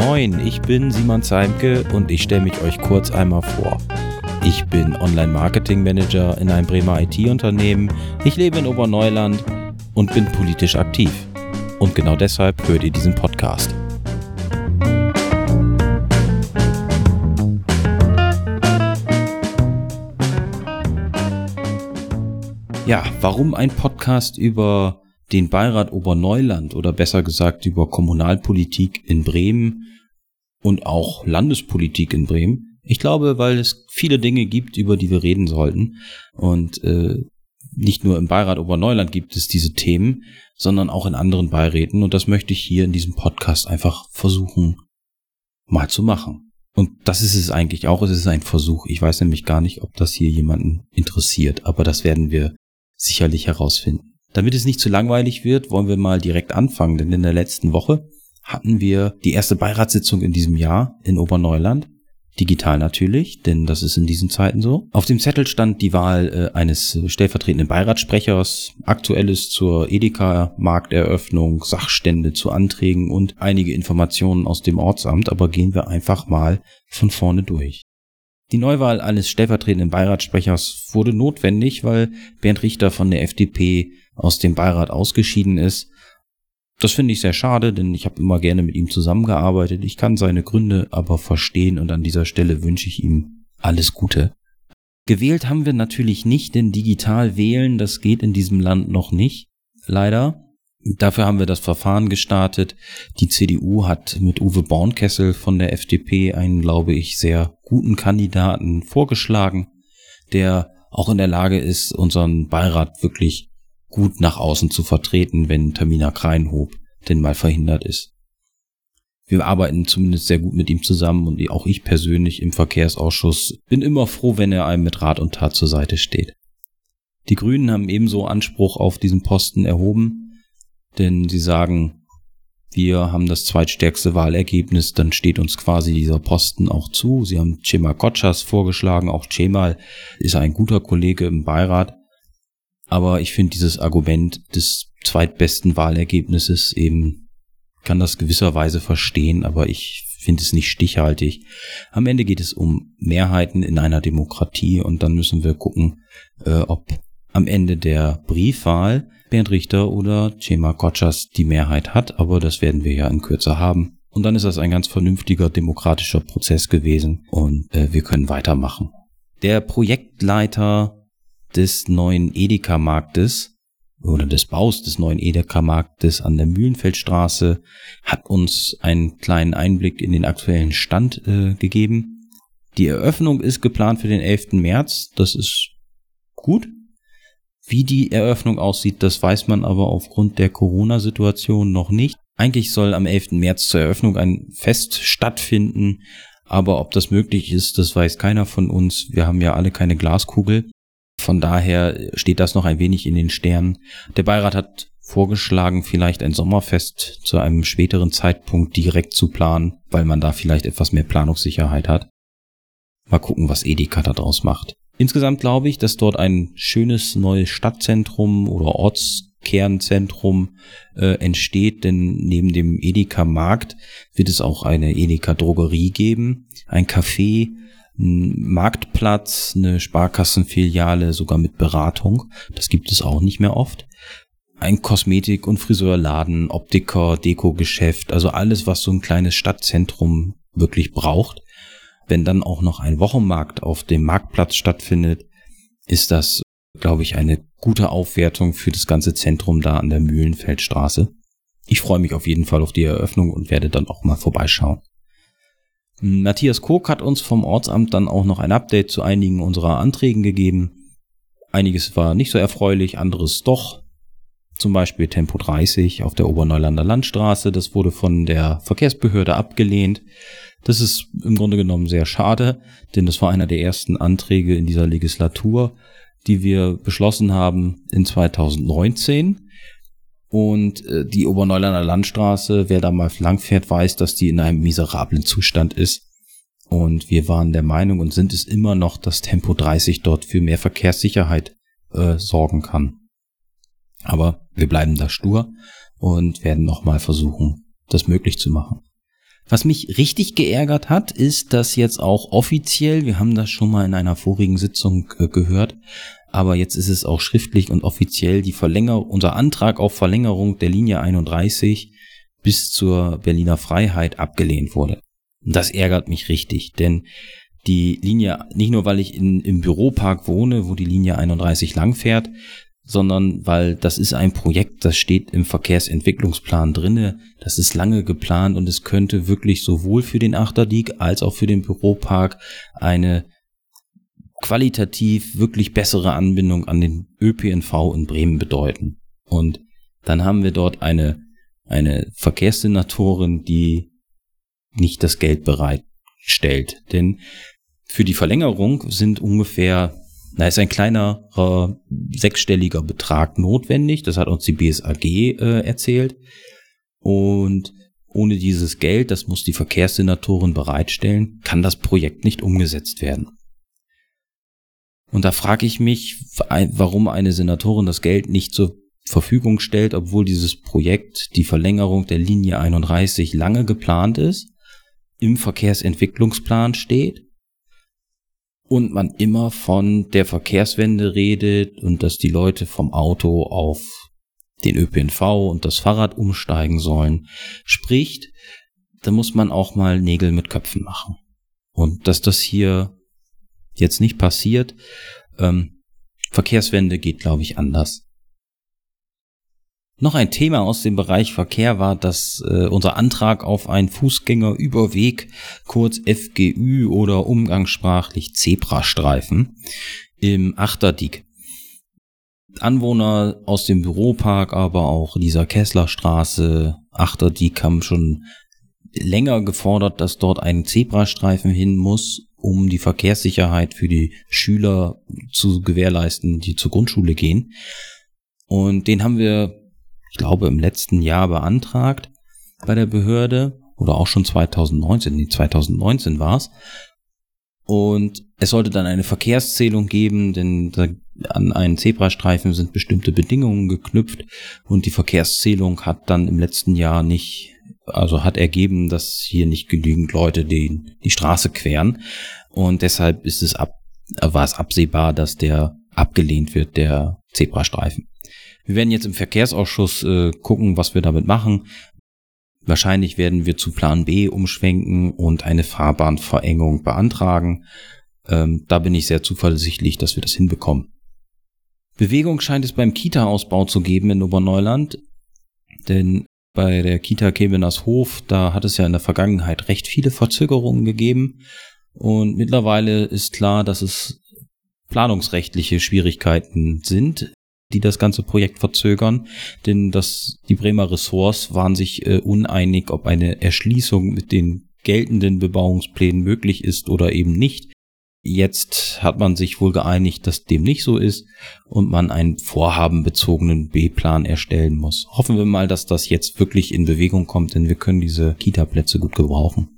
Moin, ich bin Simon Zeimke und ich stelle mich euch kurz einmal vor. Ich bin Online-Marketing-Manager in einem Bremer IT-Unternehmen, ich lebe in Oberneuland und bin politisch aktiv. Und genau deshalb hört ihr diesen Podcast. Ja, warum ein Podcast über den Beirat Oberneuland oder besser gesagt über Kommunalpolitik in Bremen und auch Landespolitik in Bremen? Ich glaube, weil es viele Dinge gibt, über die wir reden sollten. Und nicht nur im Beirat Oberneuland gibt es diese Themen, sondern auch in anderen Beiräten. Und das möchte ich hier in diesem Podcast einfach versuchen mal zu machen. Und das ist es eigentlich auch. Es ist ein Versuch. Ich weiß nämlich gar nicht, ob das hier jemanden interessiert. Aber das werden wir sicherlich herausfinden. Damit es nicht zu langweilig wird, wollen wir mal direkt anfangen, denn in der letzten Woche hatten wir die erste Beiratssitzung in diesem Jahr in Oberneuland. Digital natürlich, denn das ist in diesen Zeiten so. Auf dem Zettel stand die Wahl eines stellvertretenden Beiratssprechers, Aktuelles zur Edeka-Markteröffnung, Sachstände zu Anträgen und einige Informationen aus dem Ortsamt, aber gehen wir einfach mal von vorne durch. Die Neuwahl eines stellvertretenden Beiratssprechers wurde notwendig, weil Bernd Richter von der FDP aus dem Beirat ausgeschieden ist. Das finde ich sehr schade, denn ich habe immer gerne mit ihm zusammengearbeitet. Ich kann seine Gründe aber verstehen und an dieser Stelle wünsche ich ihm alles Gute. Gewählt haben wir natürlich nicht, denn digital wählen, das geht in diesem Land noch nicht, leider. Dafür haben wir das Verfahren gestartet. Die CDU hat mit Uwe Bornkessel von der FDP einen, glaube ich, sehr guten Kandidaten vorgeschlagen, der auch in der Lage ist, unseren Beirat wirklich gut nach außen zu vertreten, wenn Tamina Kreinhoop denn mal verhindert ist. Wir arbeiten zumindest sehr gut mit ihm zusammen und auch ich persönlich im Verkehrsausschuss bin immer froh, wenn er einem mit Rat und Tat zur Seite steht. Die Grünen haben ebenso Anspruch auf diesen Posten erhoben, denn sie sagen, wir haben das zweitstärkste Wahlergebnis, dann steht uns quasi dieser Posten auch zu. Sie haben Cemal Kotschas vorgeschlagen, auch Cemal ist ein guter Kollege im Beirat. Aber ich finde dieses Argument des zweitbesten Wahlergebnisses eben, kann das gewisserweise verstehen, aber ich finde es nicht stichhaltig. Am Ende geht es um Mehrheiten in einer Demokratie und dann müssen wir gucken, ob am Ende der Briefwahl Bernd Richter oder Cemal Kotschas die Mehrheit hat, aber das werden wir ja in Kürze haben. Und dann ist das ein ganz vernünftiger demokratischer Prozess gewesen und wir können weitermachen. Der Projektleiter des neuen Edeka-Marktes oder des Baus des neuen Edeka-Marktes an der Mühlenfeldstraße hat uns einen kleinen Einblick in den aktuellen Stand gegeben. Die Eröffnung ist geplant für den 11. März, das ist gut. Wie die Eröffnung aussieht, das weiß man aber aufgrund der Corona-Situation noch nicht. Eigentlich soll am 11. März zur Eröffnung ein Fest stattfinden, aber ob das möglich ist, das weiß keiner von uns. Wir haben ja alle keine Glaskugel. Von daher steht das noch ein wenig in den Sternen. Der Beirat hat vorgeschlagen, vielleicht ein Sommerfest zu einem späteren Zeitpunkt direkt zu planen, weil man da vielleicht etwas mehr Planungssicherheit hat. Mal gucken, was Edeka da draus macht. Insgesamt glaube ich, dass dort ein schönes neues Stadtzentrum oder Ortskernzentrum entsteht, denn neben dem Edeka-Markt wird es auch eine Edeka-Drogerie geben, ein Café, ein Marktplatz, eine Sparkassenfiliale, sogar mit Beratung. Das gibt es auch nicht mehr oft. Ein Kosmetik- und Friseurladen, Optiker, Dekogeschäft, also alles, was so ein kleines Stadtzentrum wirklich braucht. Wenn dann auch noch ein Wochenmarkt auf dem Marktplatz stattfindet, ist das, glaube ich, eine gute Aufwertung für das ganze Zentrum da an der Mühlenfeldstraße. Ich freue mich auf jeden Fall auf die Eröffnung und werde dann auch mal vorbeischauen. Matthias Koch hat uns vom Ortsamt dann auch noch ein Update zu einigen unserer Anträgen gegeben. Einiges war nicht so erfreulich, anderes doch. Zum Beispiel Tempo 30 auf der Oberneulander Landstraße. Das wurde von der Verkehrsbehörde abgelehnt. Das ist im Grunde genommen sehr schade, denn das war einer der ersten Anträge in dieser Legislatur, die wir beschlossen haben in 2019. Und die Oberneulander Landstraße, wer da mal langfährt, weiß, dass die in einem miserablen Zustand ist. Und wir waren der Meinung und sind es immer noch, dass Tempo 30 dort für mehr Verkehrssicherheit sorgen kann. Aber wir bleiben da stur und werden nochmal versuchen, das möglich zu machen. Was mich richtig geärgert hat, ist, dass jetzt auch offiziell, wir haben das schon mal in einer vorigen Sitzung gehört, aber jetzt ist es auch schriftlich und offiziell unser Antrag auf Verlängerung der Linie 31 bis zur Berliner Freiheit abgelehnt wurde. Und das ärgert mich richtig, denn die Linie, nicht nur weil ich im Büropark wohne, wo die Linie 31 langfährt, sondern weil das ist ein Projekt, das steht im Verkehrsentwicklungsplan drinne, das ist lange geplant und es könnte wirklich sowohl für den Achterdiek als auch für den Büropark eine qualitativ wirklich bessere Anbindung an den ÖPNV in Bremen bedeuten. Und dann haben wir dort eine Verkehrssenatorin, die nicht das Geld bereitstellt. Denn für die Verlängerung sind ungefähr, ist ein kleiner sechsstelliger Betrag notwendig. Das hat uns die BSAG erzählt. Und ohne dieses Geld, das muss die Verkehrssenatorin bereitstellen, kann das Projekt nicht umgesetzt werden. Und da frage ich mich, warum eine Senatorin das Geld nicht zur Verfügung stellt, obwohl dieses Projekt, die Verlängerung der Linie 31, lange geplant ist, im Verkehrsentwicklungsplan steht und man immer von der Verkehrswende redet und dass die Leute vom Auto auf den ÖPNV und das Fahrrad umsteigen sollen, spricht, da muss man auch mal Nägel mit Köpfen machen. Und dass das hier jetzt nicht passiert, Verkehrswende geht, glaube ich, anders. Noch ein Thema aus dem Bereich Verkehr war, dass unser Antrag auf einen Fußgängerüberweg, kurz FGÜ oder umgangssprachlich Zebrastreifen, im Achterdiek. Anwohner aus dem Büropark, aber auch dieser Kesslerstraße, Achterdiek haben schon länger gefordert, dass dort ein Zebrastreifen hin muss, um die Verkehrssicherheit für die Schüler zu gewährleisten, die zur Grundschule gehen. Und den haben wir, ich glaube, im letzten Jahr beantragt bei der Behörde oder auch schon 2019 war es. Und es sollte dann eine Verkehrszählung geben, denn an einen Zebrastreifen sind bestimmte Bedingungen geknüpft und die Verkehrszählung hat dann im letzten Jahr hat ergeben, dass hier nicht genügend Leute die Straße queren und deshalb war es absehbar, dass der abgelehnt wird, der Zebrastreifen. Wir werden jetzt im Verkehrsausschuss gucken, was wir damit machen. Wahrscheinlich werden wir zu Plan B umschwenken und eine Fahrbahnverengung beantragen. Da bin ich sehr zuversichtlich, dass wir das hinbekommen. Bewegung scheint es beim Kita-Ausbau zu geben in Oberneuland, denn bei der Kita Kebenershof, da hat es ja in der Vergangenheit recht viele Verzögerungen gegeben und mittlerweile ist klar, dass es planungsrechtliche Schwierigkeiten sind, die das ganze Projekt verzögern, denn die Bremer Ressorts waren sich uneinig, ob eine Erschließung mit den geltenden Bebauungsplänen möglich ist oder eben nicht. Jetzt hat man sich wohl geeinigt, dass dem nicht so ist und man einen vorhabenbezogenen B-Plan erstellen muss. Hoffen wir mal, dass das jetzt wirklich in Bewegung kommt, denn wir können diese Kita-Plätze gut gebrauchen.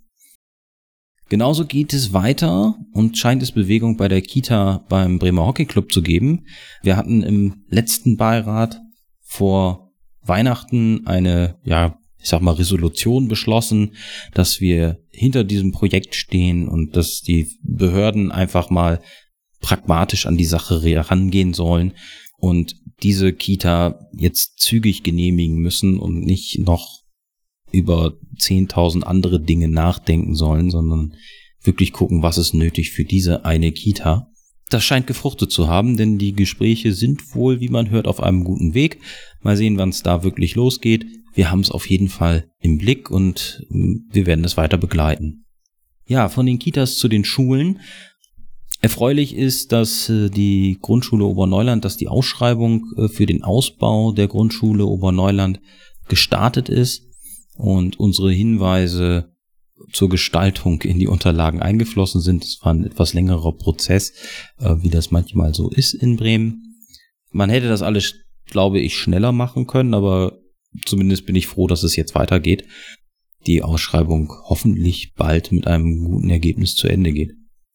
Genauso geht es weiter und scheint es Bewegung bei der Kita beim Bremer Hockey Club zu geben. Wir hatten im letzten Beirat vor Weihnachten eine, Resolution beschlossen, dass wir hinter diesem Projekt stehen und dass die Behörden einfach mal pragmatisch an die Sache herangehen sollen und diese Kita jetzt zügig genehmigen müssen und nicht noch über 10.000 andere Dinge nachdenken sollen, sondern wirklich gucken, was ist nötig für diese eine Kita. Das scheint gefruchtet zu haben, denn die Gespräche sind wohl, wie man hört, auf einem guten Weg. Mal sehen, wann es da wirklich losgeht. Wir haben es auf jeden Fall im Blick und wir werden es weiter begleiten. Ja, von den Kitas zu den Schulen. Erfreulich ist, dass die Grundschule Oberneuland, dass die Ausschreibung für den Ausbau der Grundschule Oberneuland gestartet ist und unsere Hinweise zur Gestaltung in die Unterlagen eingeflossen sind. Es war ein etwas längerer Prozess, wie das manchmal so ist in Bremen. Man hätte das alles, glaube ich, schneller machen können, aber zumindest bin ich froh, dass es jetzt weitergeht. Die Ausschreibung hoffentlich bald mit einem guten Ergebnis zu Ende geht.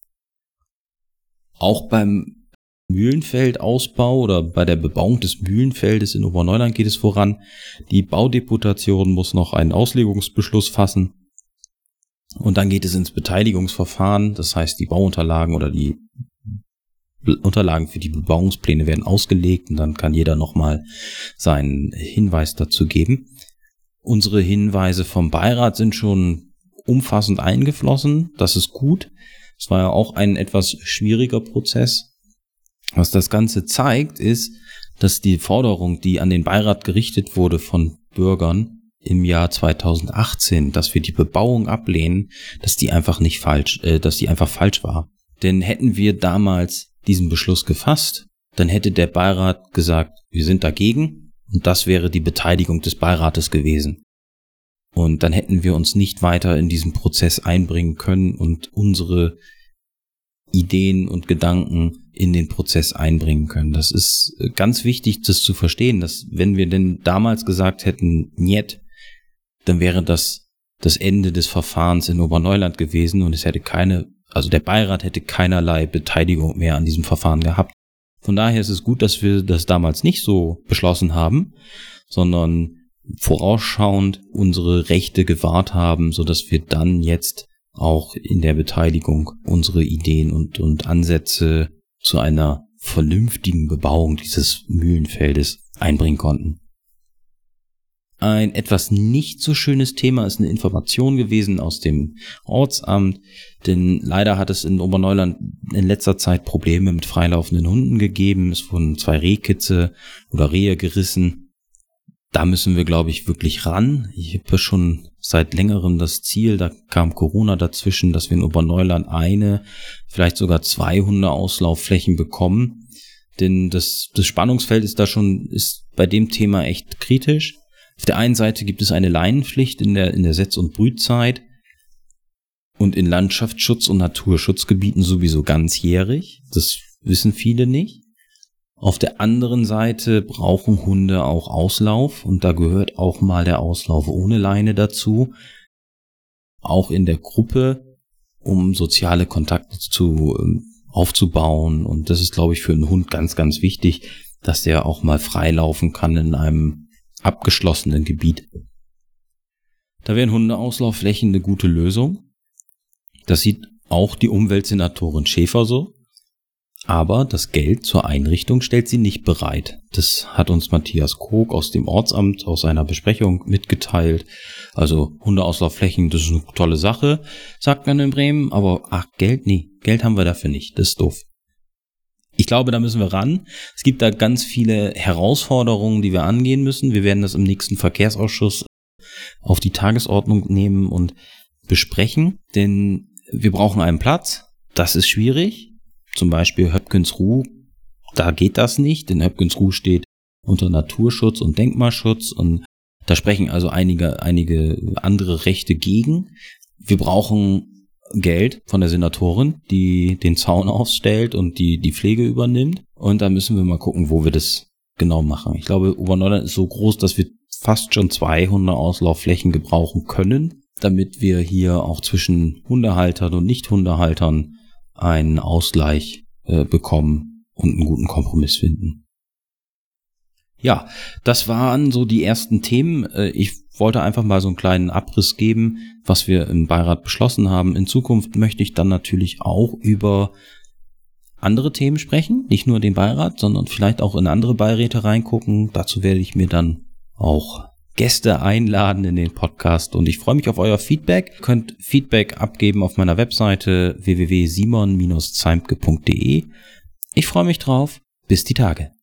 Auch beim Mühlenfeldausbau oder bei der Bebauung des Mühlenfeldes in Oberneuland geht es voran. Die Baudeputation muss noch einen Auslegungsbeschluss fassen. Und dann geht es ins Beteiligungsverfahren. Das heißt, die Bauunterlagen oder die Unterlagen für die Bebauungspläne werden ausgelegt und dann kann jeder nochmal seinen Hinweis dazu geben. Unsere Hinweise vom Beirat sind schon umfassend eingeflossen. Das ist gut. Es war ja auch ein etwas schwieriger Prozess. Was das Ganze zeigt, ist, dass die Forderung, die an den Beirat gerichtet wurde von Bürgern im Jahr 2018, dass wir die Bebauung ablehnen, dass die einfach falsch war. Denn hätten wir damals diesen Beschluss gefasst, dann hätte der Beirat gesagt, wir sind dagegen und das wäre die Beteiligung des Beirates gewesen. Und dann hätten wir uns nicht weiter in diesen Prozess einbringen können und unsere Ideen und Gedanken in den Prozess einbringen können. Das ist ganz wichtig, das zu verstehen, dass wenn wir denn damals gesagt hätten, niet, dann wäre das Ende des Verfahrens in Oberneuland gewesen und es hätte der Beirat hätte keinerlei Beteiligung mehr an diesem Verfahren gehabt. Von daher ist es gut, dass wir das damals nicht so beschlossen haben, sondern vorausschauend unsere Rechte gewahrt haben, sodass wir dann jetzt auch in der Beteiligung unsere Ideen und Ansätze zu einer vernünftigen Bebauung dieses Mühlenfeldes einbringen konnten. Ein etwas nicht so schönes Thema ist eine Information gewesen aus dem Ortsamt, denn leider hat es in Oberneuland in letzter Zeit Probleme mit freilaufenden Hunden gegeben. Es wurden 2 Rehkitze oder Rehe gerissen. Da müssen wir, glaube ich, wirklich ran. Ich habe schon seit längerem das Ziel, da kam Corona dazwischen, dass wir in Oberneuland vielleicht sogar 2 Hundeauslaufflächen bekommen. Denn das Spannungsfeld ist bei dem Thema echt kritisch. Auf der einen Seite gibt es eine Leinenpflicht in der Setz- und Brützeit und in Landschaftsschutz- und Naturschutzgebieten sowieso ganzjährig. Das wissen viele nicht. Auf der anderen Seite brauchen Hunde auch Auslauf und da gehört auch mal der Auslauf ohne Leine dazu. Auch in der Gruppe, um soziale Kontakte aufzubauen. Und das ist, glaube ich, für einen Hund ganz, ganz wichtig, dass der auch mal freilaufen kann in einem abgeschlossenen Gebiet. Da wären Hundeauslaufflächen eine gute Lösung. Das sieht auch die Umweltsenatorin Schäfer so. Aber das Geld zur Einrichtung stellt sie nicht bereit. Das hat uns Matthias Krog aus dem Ortsamt aus einer Besprechung mitgeteilt. Also Hundeauslaufflächen, das ist eine tolle Sache, sagt man in Bremen. Aber Geld? Nee, Geld haben wir dafür nicht. Das ist doof. Ich glaube, da müssen wir ran. Es gibt da ganz viele Herausforderungen, die wir angehen müssen. Wir werden das im nächsten Verkehrsausschuss auf die Tagesordnung nehmen und besprechen. Denn wir brauchen einen Platz. Das ist schwierig. Zum Beispiel Höpkensruh, da geht das nicht, denn Höpkensruh steht unter Naturschutz und Denkmalschutz und da sprechen also einige andere Rechte gegen. Wir brauchen Geld von der Senatorin, die den Zaun aufstellt und die Pflege übernimmt und da müssen wir mal gucken, wo wir das genau machen. Ich glaube, Oberneuland ist so groß, dass wir fast schon 200 Auslaufflächen gebrauchen können, damit wir hier auch zwischen Hundehaltern und Nicht-Hundehaltern einen Ausgleich bekommen und einen guten Kompromiss finden. Ja, das waren so die ersten Themen. Ich wollte einfach mal so einen kleinen Abriss geben, was wir im Beirat beschlossen haben. In Zukunft möchte ich dann natürlich auch über andere Themen sprechen, nicht nur den Beirat, sondern vielleicht auch in andere Beiräte reingucken. Dazu werde ich mir dann auch Gäste einladen in den Podcast und ich freue mich auf euer Feedback. Ihr könnt Feedback abgeben auf meiner Webseite www.simon-zeimke.de. Ich freue mich drauf. Bis die Tage.